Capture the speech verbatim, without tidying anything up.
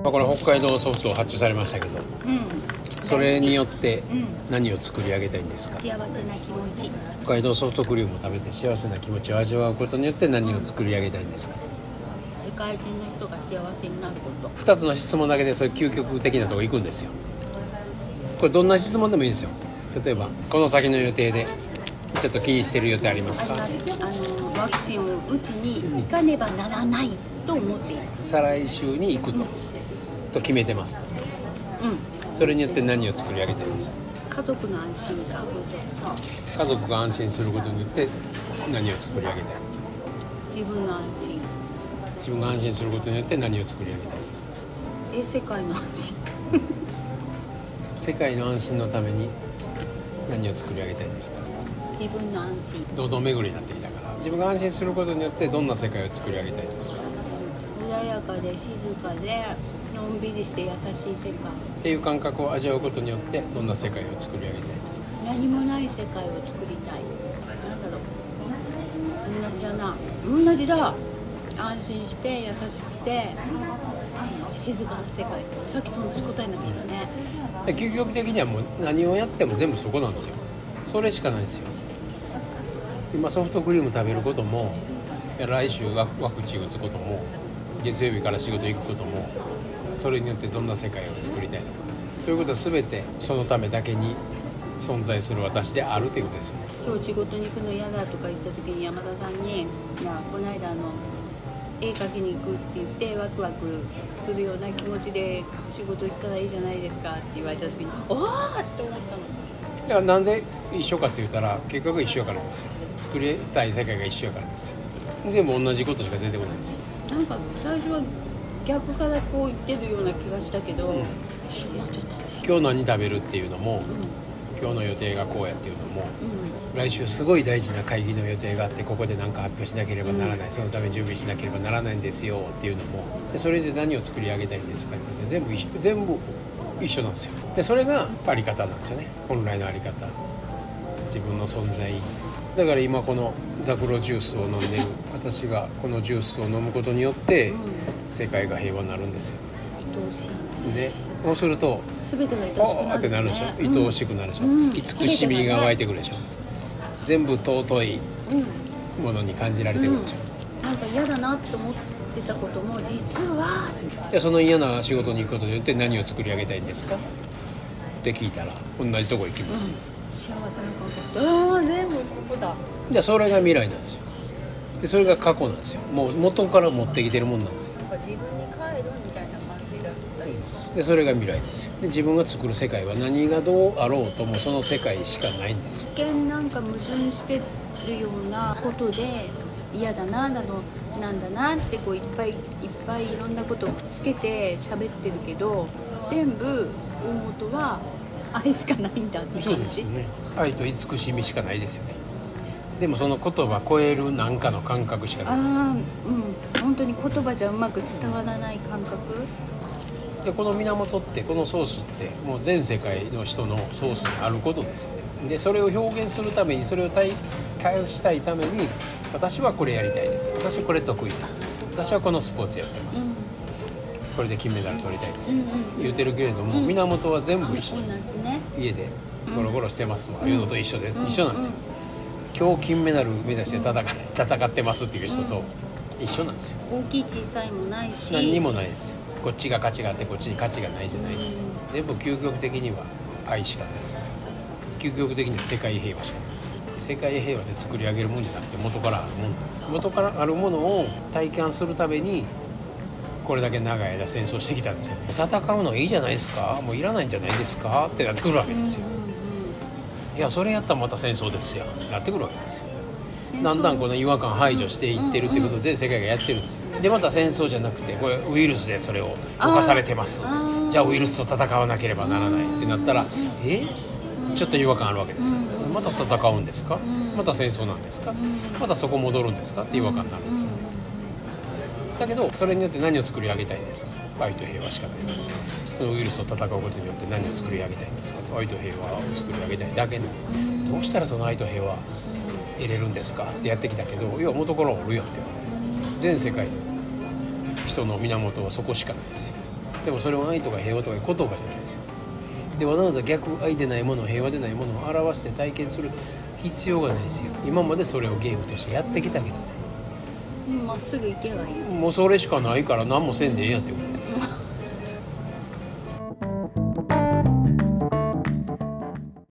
まあ、これ北海道ソフトを発注されましたけど、 うん、 それによって何を作り上げたいんですか？ 幸せな気持ち。 北海道ソフトクリームを食べて幸せな気持ちを味わうことによって何を作り上げたいんですか？ 世界中の人が幸せになること。 ふたつの質問だけでそういう究極的なとこ行くんですよ。これどんな質問でもいいですよ。例えばこの先の予定でちょっと気にしてる予定ありますか？ あります。あのワクチンを打ちに行かねばならないと思っています。 再来週に行くと、うん、と決めてます。うん。それによって何を作り上げたいんですか？ 家族の安心感。 家族が安心することによって何を作り上げたい？ 自分の安心。 自分が安心することによって何を作り上げたいですか？ え、世界の安心。 世界の安心のために何を作り上げたいですか？ 自分の安心。 堂々巡りになってきたから、自分が安心することによってどんな世界を作り上げたいですか？ 穏やかで静かでのんびりして優しい世界っていう感覚を味わうことによってどんな世界を作り上げたいですか？ 何もない世界を作りたい。なんだろう、同じだな。同じだ。安心して優しくて静かな世界。さっきと同じ答えになってきたね。 究極的にはもう何をやっても全部そこなんですよ。それしかないんですよ。今ソフトクリーム食べることも、来週ワクチン打つことも、月曜日から仕事行くことも、それによってどんな世界を作りたいのかということは全てそのためだけに存在する私であるということですよね。 今日仕事に行くの嫌だとか言った時に山田さんに、いやこの間あの絵描きに行くって言ってワクワクするような気持ちで仕事行ったらいいじゃないですかって言われた時におーって思ったの。 だからなんで一緒かって言ったら結果が一緒やからですよ。作りたい世界が一緒やからですよ。でも同じことしか出てこないですよ。 なんか最初は逆からこう言ってるような気がしたけど、うん、一緒になっちゃったね。 今日何食べるっていうのも、うん、今日の予定がこうやっていうのも、うん、来週すごい大事な会議の予定があってここで何か発表しなければならない、うん、そのために準備しなければならないんですよっていうのも、でそれで何を作り上げたいんですかっていうの全部一緒、全部一緒なんですよ。でそれがあり方なんですよね。本来のあり方、自分の存在。だから今このザクロジュースを飲んでる私がこのジュースを飲むことによって世界が平和になるんですよ。 愛おしいね。そうすると全てが愛おしくなる、ね、 ってなるでしょ。愛おしくなるでしょ、うん、慈しみが湧いてくるでしょ、ね、全部尊いものに感じられてくるでしょ、 うんうん、なんか嫌だなって思ってたことも実はでその嫌な仕事に行くことによって何を作り上げたいんですかって聞いたら同じとこ行きます、うん幸せな感覚。ああ全部ここだ。 じゃあそれが未来なんですよ。でそれが過去なんですよ。もう元から持ってきてるもんなんですよ。 なんか自分に帰るみたいな感じだったり。 でそれが未来ですよ。で自分が作る世界は何がどうあろうともその世界しかないんですよ。 一見なんか矛盾してるようなことで嫌だなだのなんだなってこういっぱいいっぱいいろんなことをくっつけて喋ってるけど全部大元は愛しかないんだって感じ。 そうですね。愛と慈しみしかないですよね。でもその言葉超える何かの感覚しかないですよ。あ、うん、 本当に言葉じゃうまく伝わらない感覚。 でこの源ってこのソースってもう全世界の人のソースにあることですよね。でそれを表現するためにそれを体感したいために私はこれやりたいです。私はこれ得意です。私はこのスポーツやってます。うんこれで金メダル取りたいです、うんうん、言ってるけれども、うん、源は全部一緒です、うんね、家でゴロゴロしてますわ、うん、いうのと一緒で、うん、一緒なんですよ、うん、今日金メダル目指して戦, 戦ってますっていう人と一緒なんですよ。 大きい小さいもないし何にもないです。こっちが価値があってこっちに価値がないじゃないです、うん、全部究極的には愛しかないです。究極的には世界平和しかないです。世界平和で作り上げるものじゃなくて元からあるものなんです。元からあるものを体感するためにこれだけ長い間戦争してきたんですよ。戦うのいいじゃないですか、もういらないんじゃないですかってなってくるわけですよ、うんうんうん、いやそれやったらまた戦争ですよなってくるわけですよ。だんだんこの違和感排除していってるってことを全世界がやってるんですよ。でまた戦争じゃなくてこれウイルスでそれを犯されてます、じゃあウイルスと戦わなければならないってなったらえちょっと違和感あるわけですよ。また戦うんですか、また戦争なんですか、またそこ戻るんですかって違和感になるんですよ。だけどそれによって何を作り上げたいんですか。愛と平和しかないんですよ。そのウイルスと戦うことによって何を作り上げたいんですか。愛と平和を作り上げたいだけなんですよ。どうしたらその愛と平和得れるんですかってやってきたけど、要は元からおるよって全世界の人の源はそこしかないですよ。 でもそれは愛とか平和とかいう言葉じゃないですよ。でわざわざ逆愛でないもの平和でないものを表して体験する必要がないですよ。今までそれをゲームとしてやってきたけど、 うん、まっすぐ行けばいい。 もうそれしかないから何もせんでええやんってこと